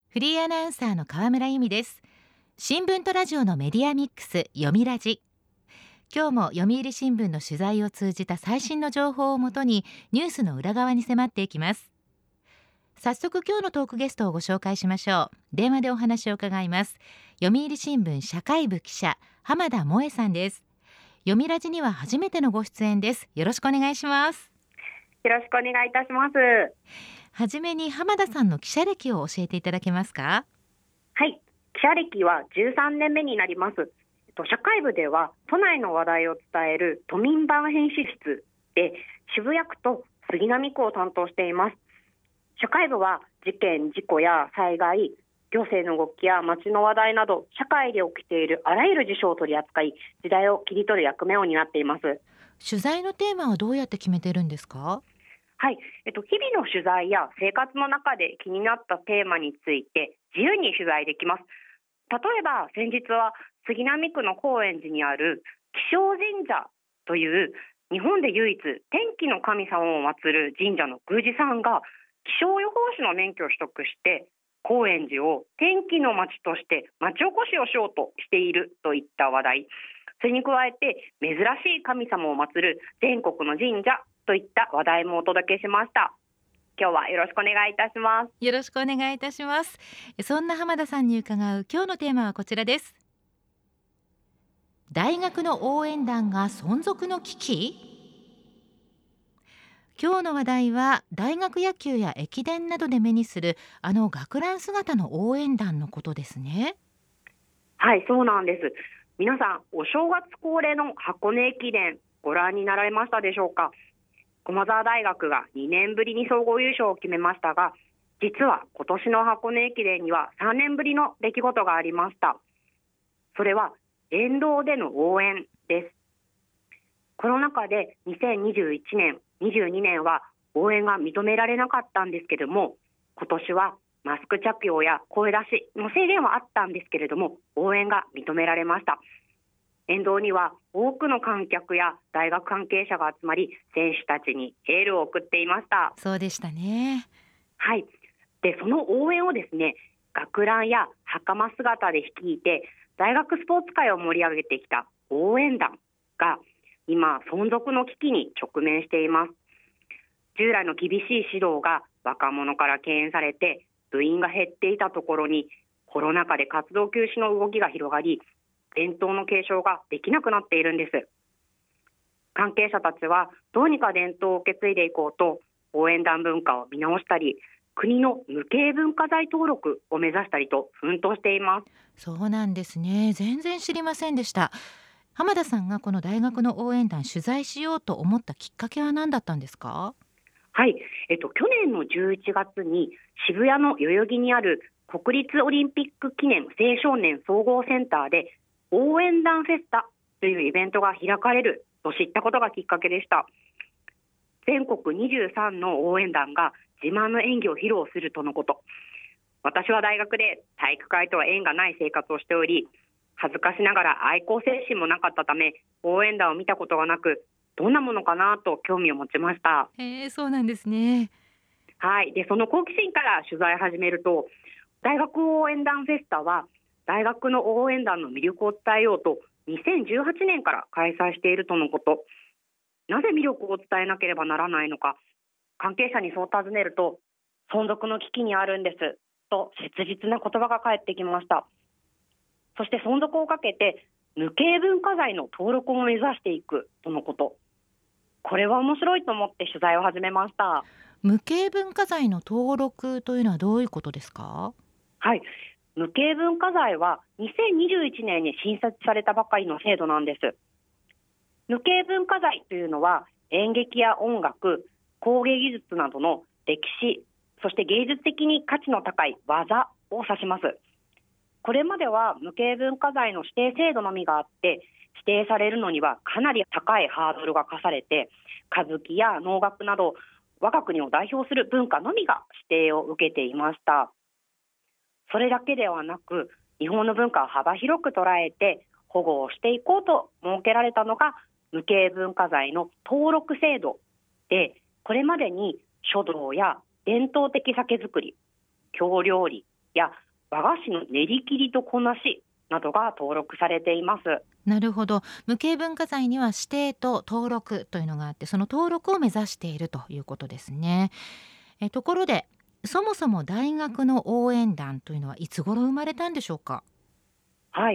フリーアナウンサーの河村由美です。新聞とラジオのメディアミックス読みラジ。今日も読売新聞の取材を通じた最新の情報をもとにニュースの裏側に迫っていきます。早速今日のトークゲストをご紹介しましょう。電話でお話を伺います。読売新聞社会部記者浜田萌さんです。読みラジには初めてのご出演です。よろしくお願いします。 よろしくお願いいたします。 はじめに浜田さんの記者歴を教えていただけますか？ はい、記者歴は13年目になります。社会部では都内の話題を伝える都民版編集室で渋谷区と杉並区を担当しています。社会部は事件、事故や災害、行政の動きや街の話題など社会で起きているあらゆる事象を取り扱い、時代を切り取る役目を担っています。 取材のテーマはどうやって決めてるんですか？ はい、日々の取材や生活の中で気になったテーマについて自由に取材できます。例えば先日は杉並区の高円寺にある気象神社という日本で唯一天気の神様を祀る神社の宮司さんが気象予報士の免許を取得して高円寺を天気の街として町おこしをしようとしているといった話題、それに加えて珍しい神様を祀る全国の神社といった話題もお届けしました。今日はよろしくお願いいたします。 よろしくお願いいたします。そんな浜田さんに伺う今日のテーマはこちらです。大学の応援団が存続の危機。今日の話題は大学野球や駅伝などで目にするあの学ラン姿の応援団のことですね。 はい、そうなんです。皆さんお正月恒例の箱根駅伝ご覧になられましたでしょうか。駒澤大学が2年ぶりに総合優勝を決めましたが、実は今年の箱根駅伝には3年ぶりの出来事がありました。それは沿道での応援です。コロナ禍で2021年、22年は応援が認められなかったんですけれども、今年はマスク着用や声出しの制限はあったんですけれども、応援が認められました。沿道には多くの観客や大学関係者が集まり、選手たちにエールを送っていました。 そうでしたね。 はい。で、その応援をですね、学ランや袴姿で率いて大学スポーツ界を盛り上げてきた応援団が今存続の危機に直面しています。従来の厳しい指導が若者から敬遠されて部員が減っていたところに、コロナ禍で活動休止の動きが広がり、伝統の継承ができなくなっているんです。関係者たちはどうにか伝統を受け継いでいこうと応援団文化を見直したり、国の無形文化財登録を目指したりと奮闘しています。 そうなんですね。全然知りませんでした。浜田さんがこの大学の応援団取材しようと思ったきっかけは何だったんですか？ はい、去年の11月に渋谷の代々木にある国立オリンピック記念青少年総合センターで応援団フェスタというイベントが開かれると知ったことがきっかけでした。全国23の応援団が自慢の演技を披露するとのこと。私は大学で体育会とは縁がない生活をしており、恥ずかしながら愛好精神もなかったため応援団を見たことがなく、どんなものかなと興味を持ちました。 そうなんですね。 はい。で、その好奇心から取材を始めると、大学応援団フェスタは大学の応援団の魅力を伝えようと2018年から開催しているとのこと。なぜ魅力を伝えなければならないのか、関係者にそう尋ねると、存続の危機にあるんですと切実な言葉が返ってきました。そして存続をかけて無形文化財の登録を目指していくとのこと。これは面白いと思って取材を始めました。 無形文化財の登録というのはどういうことですか？ はい、無形文化財は2021年に新設されたばかりの制度なんです。無形文化財というのは演劇や音楽、工芸技術などの歴史、そして芸術的に価値の高い技を指します。これまでは無形文化財の指定制度のみがあって、指定されるのにはかなり高いハードルが課されて、歌舞伎や能楽など我が国を代表する文化のみが指定を受けていました。それだけではなく、日本の文化を幅広く捉えて保護をしていこうと設けられたのが無形文化財の登録制度で、これまでに書道や伝統的酒造り、京料理、 や和菓子の練り切りとこなしなどが登録されています。 なるほど。無形文化財には指定と登録というのがあって、その登録を目指しているということですね。ところで、そもそも大学の応援団というのはいつ頃生まれたんでしょうか？ はい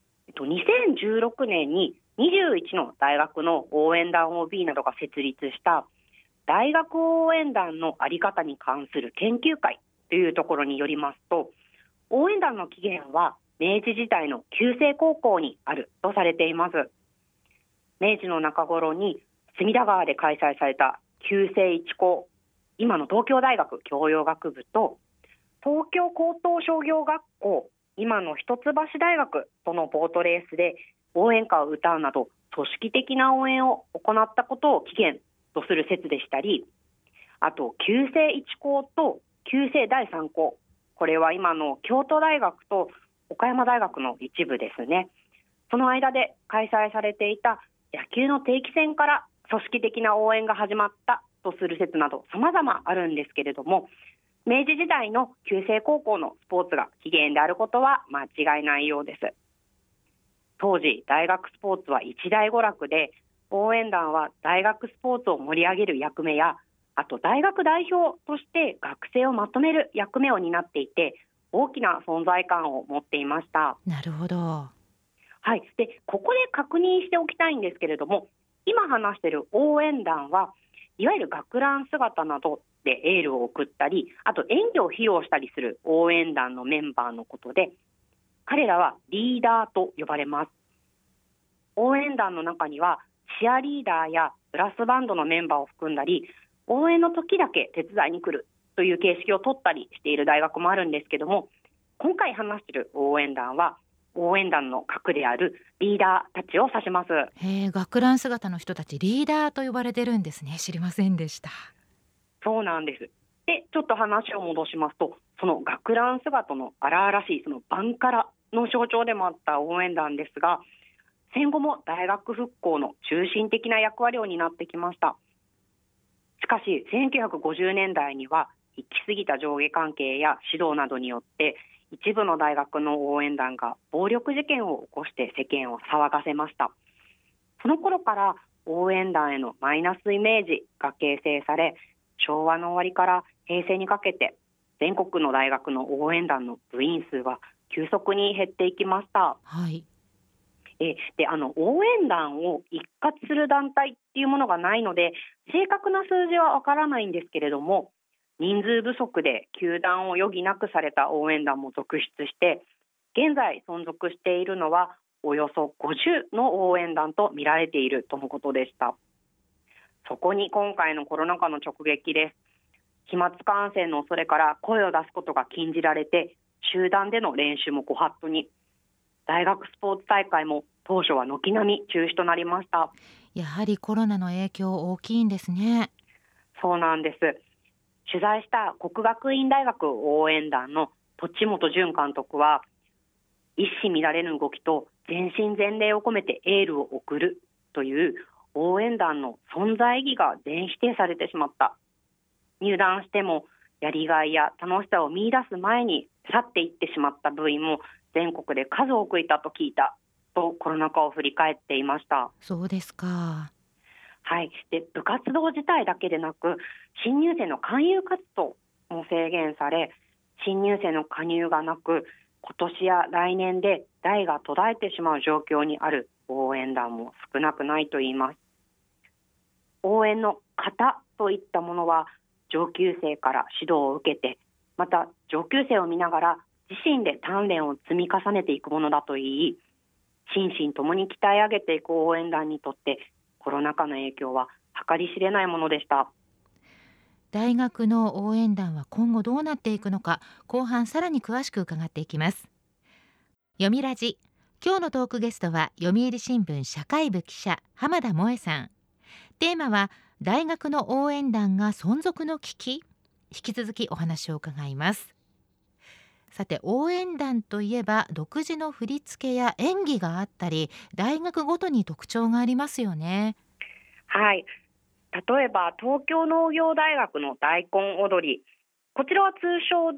、2016年に21の大学の応援団 OB などが設立した大学応援団の在り方に関する研究会というところによりますと、応援団の起源は明治時代の旧制高校にあるとされています。明治の中頃に隅田川で開催された旧制一高、今の東京大学教養学部と東京高等商業学校、今の一橋大学とのボートレースで応援歌を歌うなど組織的な応援を行ったことを起源とする説でしたり、あと旧制一高と旧制第三高、これは今の京都大学と岡山大学の一部ですね。その間で開催されていた野球の定期戦から組織的な応援が始まったとする説など様々あるんですけれども、明治時代の旧制高校のスポーツが起源であることは間違いないようです。当時大学スポーツは一大娯楽で、応援団は大学スポーツを盛り上げる役目や、あと大学代表として学生をまとめる役目を担っていて、大きな存在感を持っていました。 なるほど。 はい、でここで確認しておきたいんですけれども、今話している応援団はいわゆる学ラン姿などでエールを送ったり、あと演技を披露したりする応援団のメンバーのことで、彼らはリーダーと呼ばれます。応援団の中にはチアリーダーやブラスバンドのメンバーを含んだり、応援の時だけ手伝いに来るという形式を取ったりしている大学もあるんですけども、今回話している応援団は応援団の核であるリーダーたちを指します。 学ラン姿の人たちリーダーと呼ばれてるんですね。知りませんでした。 そうなんです。でちょっと話を戻しますと、その学ラン姿の荒々しいそのバンカラの象徴でもあった応援団ですが、戦後も大学復興の中心的な役割を担ってきました。しかし1950年代には行き過ぎた上下関係や指導などによって一部の大学の応援団が暴力事件を起こして世間を騒がせました。その頃から応援団へのマイナスイメージが形成され、昭和の終わりから平成にかけて全国の大学の応援団の部員数は急速に減っていきました。 はい。 で応援団を一括する団体っていうものがないので正確な数字はわからないんですけれども、人数不足で休団を余儀なくされた応援団も続出して、現在存続しているのはおよそ50の応援団と見られているとのことでした。そこに今回のコロナ禍の直撃です。飛沫感染の恐れから声を出すことが禁じられて、集団での練習もご法度に。大学スポーツ大会も当初は軒並み中止となりました。 やはりコロナの影響大きいんですね。 そうなんです。取材した国学院大学応援団の栃本純監督は、一糸乱れぬ動きと全身全霊を込めてエールを送るという応援団の存在意義が全否定されてしまった。入団してもやりがいや楽しさを見出す前に去っていってしまった部員も全国で数多くいたと聞いたとコロナ禍を振り返っていました。 そうですか。 はい、で部活動自体だけでなく新入生の勧誘活動も制限され、新入生の加入がなく今年や来年で代が途絶えてしまう状況にある応援団も少なくないと言います。応援の型といったものは上級生から指導を受けて、また上級生を見ながら自身で鍛錬を積み重ねていくものだといい、心身ともに鍛え上げていく応援団にとってコロナ禍の影響は計り知れないものでした。 大学の応援団は今後どうなっていくのか、後半さらに詳しく伺っていきます。読みラジ、今日のトークゲストは読売新聞社会部記者浜田萌さん。テーマは大学の応援団が存続の危機。引き続きお話を伺います。さて、応援団といえば独自の振り付けや演技があったり、大学ごとに特徴がありますよね。 はい、例えば東京農業大学の大根踊り、こちらは通称で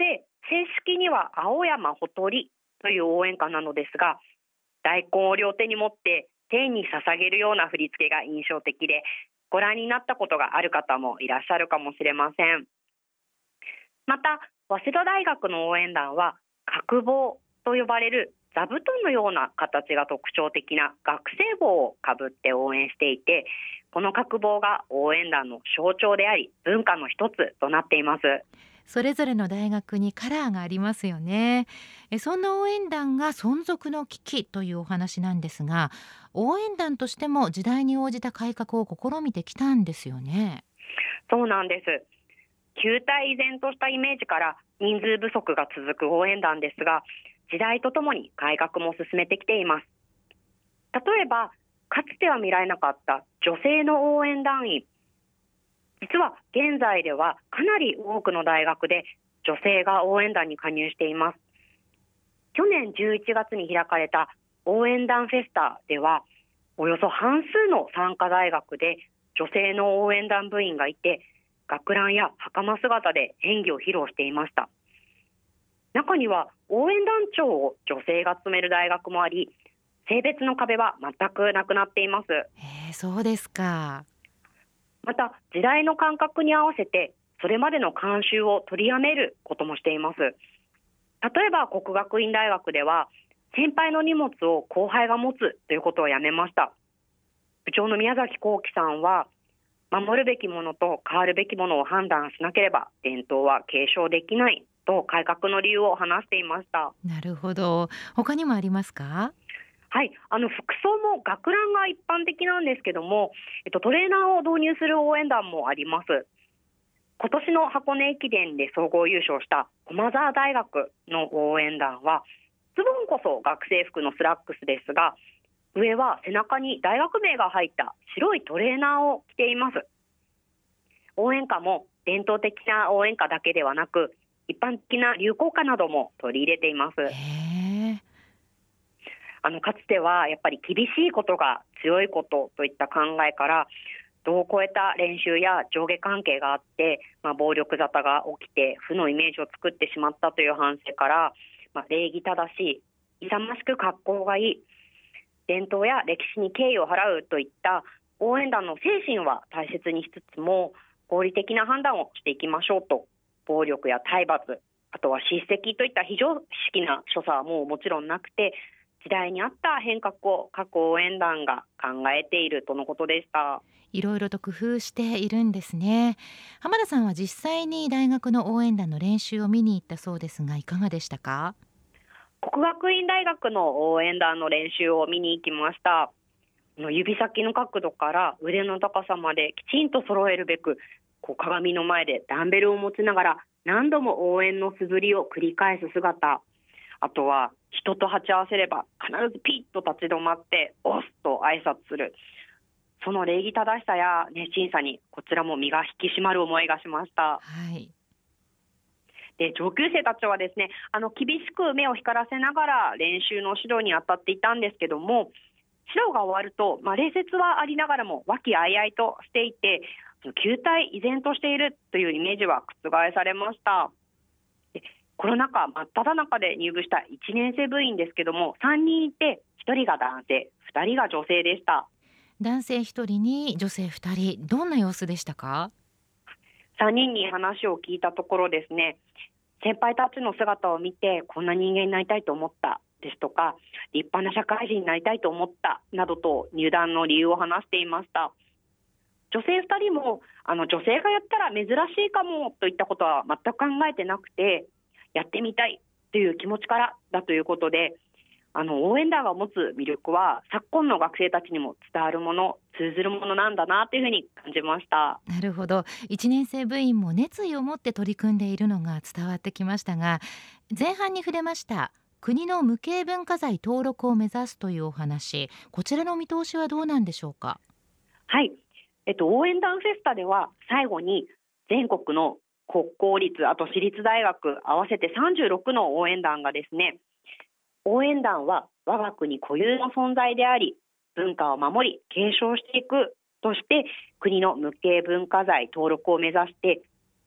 正式には青山ほとりという応援歌なのですが、大根を両手に持って天に捧げるような振り付けが印象的で、ご覧になったことがある方もいらっしゃるかもしれません。また、早稲田大学の応援団は角帽と呼ばれる座布団のような形が特徴的な学生帽をかぶって応援していて、この角帽が応援団の象徴であり文化の一つとなっています。 それぞれの大学にカラーがありますよね。そんな応援団が存続の危機というお話なんですが、応援団としても時代に応じた改革を試みてきたんですよね。 そうなんです。旧態依然としたイメージから人数不足が続く応援団ですが、時代とともに改革も進めてきています。例えば、かつては見られなかった女性の応援団員、実は現在ではかなり多くの大学で女性が応援団に加入しています。去年11月に開かれた応援団フェスタでは、およそ半数の参加大学で女性の応援団部員がいて、学ランや袴姿で演技を披露していました。中には応援団長を女性が務める大学もあり、性別の壁は全くなくなっています。 そうですか。 また、時代の感覚に合わせてそれまでの慣習を取りやめることもしています。例えば國學院大學では、先輩の荷物を後輩が持つということをやめました。部長の宮崎幸喜さんは、守るべきものと変わるべきものを判断しなければ伝統は継承できないと改革の理由を話していました。 なるほど。他にもありますか？ はい、服装も学ランが一般的なんですけども、トレーナーを導入する応援団もあります。今年の箱根駅伝で総合優勝した駒澤大学の応援団は、ズボンこそ学生服のスラックスですが、上は背中に大学名が入った白いトレーナーを着ています。応援歌も伝統的な応援歌だけではなく、一般的な流行歌なども取り入れています。かつてはやっぱり厳しいことが強いことといった考えから、度を超えた練習や上下関係があって、暴力沙汰が起きて負のイメージを作ってしまったという反省から、礼儀正しい、勇ましく格好がいい、伝統や歴史に敬意を払うといった応援団の精神は大切にしつつも、合理的な判断をしていきましょうと、暴力や体罰、あとは叱責といった非常識な所作はもちろんなくて、時代に合った変革を各応援団が考えているとのことでした。 いろいろと工夫しているんですね。浜田さんは実際に大学の応援団の練習を見に行ったそうですが、いかがでしたか？ 國學院大学の応援団の練習を見に行きました。指先の角度から腕の高さまできちんと揃えるべく、鏡の前でダンベルを持ちながら何度も応援の素振りを繰り返す姿、あとは人と鉢合わせれば必ずピッと立ち止まって押すと挨拶する、その礼儀正しさや熱心さにこちらも身が引き締まる思いがしました。で、上級生たちはですね、厳しく目を光らせながら練習の指導に当たっていたんですけども、指導が終わると、礼節はありながらも和気あいあいとしていて、旧態依然としているというイメージは覆されました。で、コロナ禍真っ只中で入部した1年生部員ですけども、3人いて1人が男性、2人が女性でした。 男性1人に女性2人、どんな様子でしたか ？3人に話を聞いたところですね、先輩たちの姿を見てこんな人間になりたいと思ったですとか、立派な社会人になりたいと思ったなどと入団の理由を話していました。女性2人も女性がやったら珍しいかもといったことは全く考えてなくて、やってみたいという気持ちからだということで、応援団が持つ魅力は昨今の学生たちにも伝わるもの、通ずるものなんだなというふうに感じました。 なるほど。1年生部員も熱意を持って取り組んでいるのが伝わってきましたが、前半に触れました国の無形文化財登録を目指すというお話、こちらの見通しはどうなんでしょうか？ はい、応援団フェスタでは最後に全国の国公立、あと私立大学合わせて36の応援団がですね、応援団は我が国固有の存在であり、文化を守り継承していくとして、国の無形文化財登録を目指して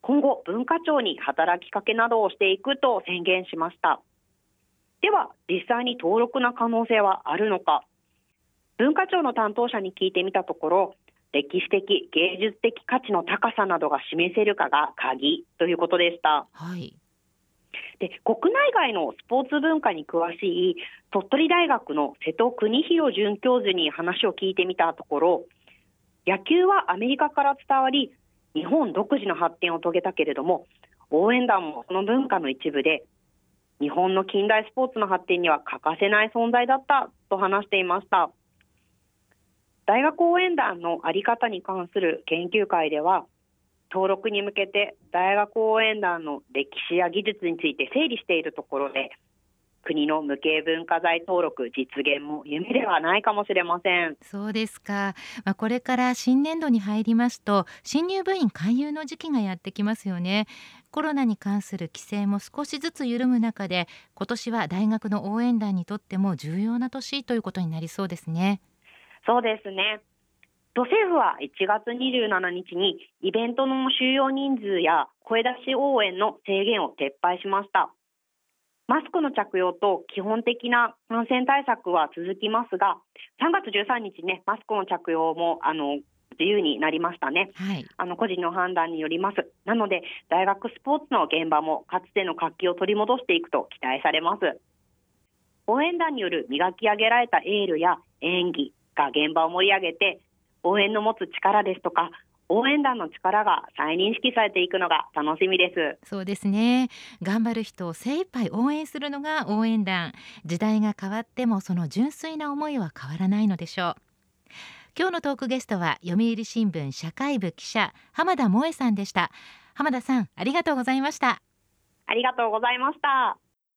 今後文化庁に働きかけなどをしていくと宣言しました。では実際に登録な可能性はあるのか。文化庁の担当者に聞いてみたところ、歴史的芸術的価値の高さなどが示せるかが鍵ということでした。 はい。 で、国内外のスポーツ文化に詳しい鳥取大学の瀬戸邦弘准教授に話を聞いてみたところ、野球はアメリカから伝わり日本独自の発展を遂げたけれども、応援団もその文化の一部で日本の近代スポーツの発展には欠かせない存在だったと話していました。大学応援団の在り方に関する研究会では、登録に向けて大学応援団の歴史や技術について整理しているところで、国の無形文化財登録実現も夢ではないかもしれません。 そうですか。これから新年度に入りますと、新入部員勧誘の時期がやってきますよね。コロナに関する規制も少しずつ緩む中で、今年は大学の応援団にとっても重要な年ということになりそうですね。 そうですね。都政府は1月27日にイベントの収容人数や声出し応援の制限を撤廃しました。マスクの着用と基本的な感染対策は続きますが、3月13日ね、マスクの着用も自由になりましたね。 はい。 個人の判断によります。なので大学スポーツの現場もかつての活気を取り戻していくと期待されます。応援団による磨き上げられたエールや演技が現場を盛り上げて、応援の持つ力ですとか応援団の力が再認識されていくのが楽しみです。 そうですね。頑張る人を精一杯応援するのが応援団。時代が変わってもその純粋な思いは変わらないのでしょう。今日のトークゲストは読売新聞社会部記者浜田萌さんでした。浜田さん、ありがとうございました。 ありがとうございました。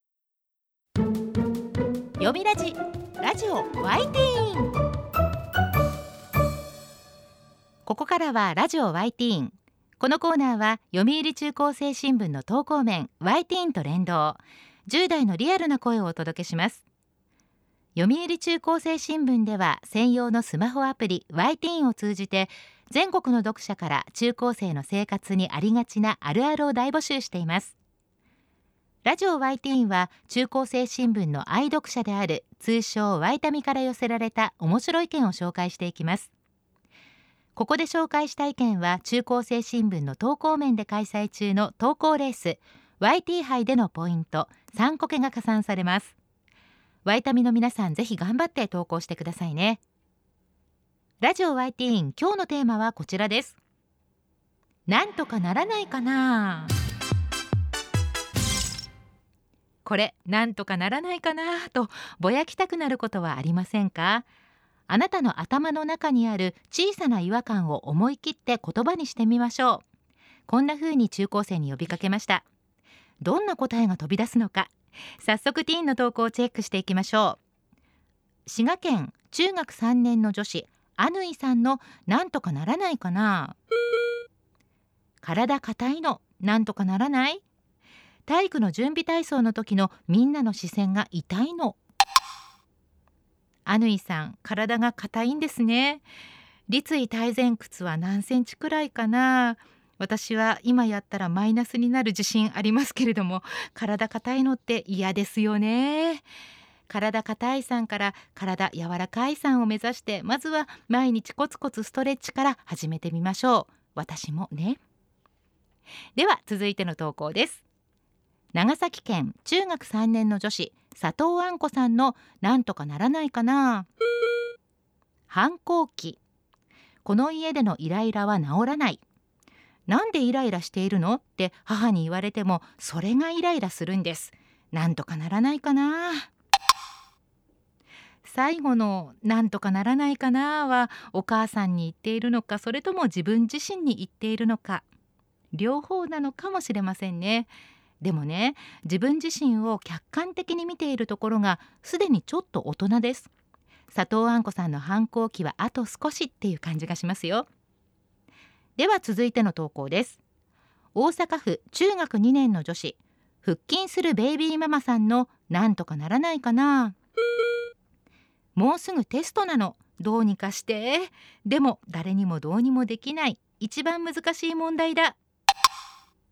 読みラジワイティーン。ここからはラジオワイティーン。このコーナーは読売中高生新聞の投稿面ワイティーンと連動、10代のリアルな声をお届けします。読売中高生新聞では専用のスマホアプリワイティーンを通じて、全国の読者から中高生の生活にありがちなあるあるを大募集しています。ラジオワイティーンは中高生新聞の愛読者である通称ワイタミから寄せられた面白い意見を紹介していきます。ここで紹介した意見は中高生新聞の投稿面で開催中の投稿レース YT 杯でのポイント3コケが加算されます。ワイタミの皆さん、ぜひ頑張って投稿してくださいね。ラジオワイティーン、今日のテーマはこちらです。なんとかならないかな。これなんとかならないかなとぼやきたくなることはありませんか？あなたの頭の中にある小さな違和感を思い切って言葉にしてみましょう。こんな風に中高生に呼びかけました。どんな答えが飛び出すのか、早速ティーンの投稿をチェックしていきましょう。滋賀県中学3年の女子アヌイさんのなんとかならないかな。体硬いのなんとかならない。体育の準備体操の時のみんなの視線が痛いの。アヌイさん、体が硬いんですね。立位体前屈は何センチくらいかな。私は今やったらマイナスになる自信ありますけれども、体硬いのって嫌ですよね。体硬いさんから体柔らかいさんを目指して、まずは毎日コツコツストレッチから始めてみましょう。私もね。では続いての投稿です。長崎県中学3年の女子佐藤杏子さんのなんとかならないかな。反抗期。この家でのイライラは治らない。なんでイライラしているのって母に言われても、それがイライラするんです。なんとかならないかな。最後のなんとかならないかなはお母さんに言っているのか、それとも自分自身に言っているのか、両方なのかもしれませんね。でもね、自分自身を客観的に見ているところがすでにちょっと大人です。佐藤杏子さんの反抗期はあと少しっていう感じがしますよ。では続いての投稿です。大阪府中学2年の女子腹筋するベイビーママさんのなんとかならないかな。もうすぐテストなの、どうにかして。でも誰にもどうにもできない、一番難しい問題だ。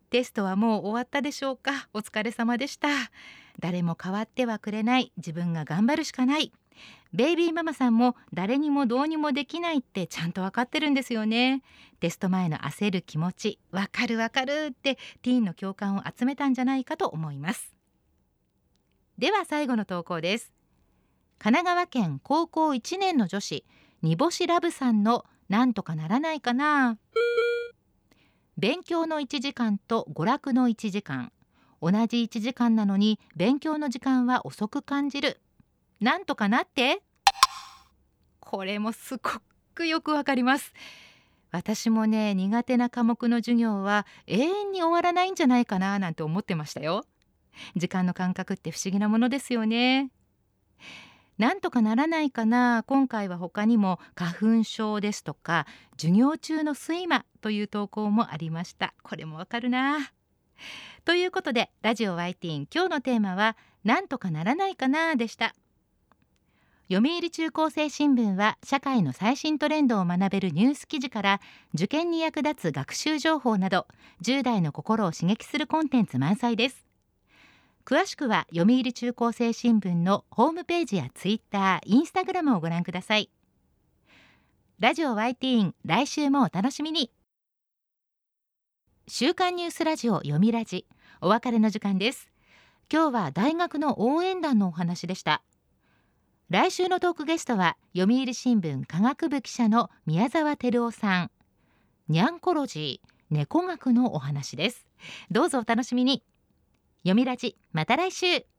テストはもう終わったでしょうか。お疲れ様でした。誰も変わってはくれない、自分が頑張るしかない。ベイビーママさんも誰にもどうにもできないってちゃんと分かってるんですよね。テスト前の焦る気持ち、わかるわかるってティーンの共感を集めたんじゃないかと思います。では最後の投稿です。神奈川県高校1年の女子煮干しラブさんのなんとかならないかな。勉強の1時間と娯楽の1時間、同じ1時間なのに勉強の時間は遅く感じる。なんとかなって。これもすごくよくわかります。私もね、苦手な科目の授業は永遠に終わらないんじゃないかななんて思ってましたよ。時間の感覚って不思議なものですよね。なんとかならないかな。今回は他にも花粉症ですとか授業中の睡魔という投稿もありました。これもわかるな。ということでラジオワイティーン、今日のテーマはなんとかならないかなでした。読売中高生新聞は社会の最新トレンドを学べるニュース記事から受験に役立つ学習情報など10代の心を刺激するコンテンツ満載です。詳しくは読売中高生新聞のホームページやツイッター、インスタグラムをご覧ください。ラジオワイティーン、来週もお楽しみに。週刊ニュースラジオ読みラジ、お別れの時間です。今日は大学の応援団のお話でした。来週のトークゲストは読売新聞科学部記者の宮沢照夫さん。ニャンコロジー、猫学のお話です。どうぞお楽しみに。読みラジ、また来週。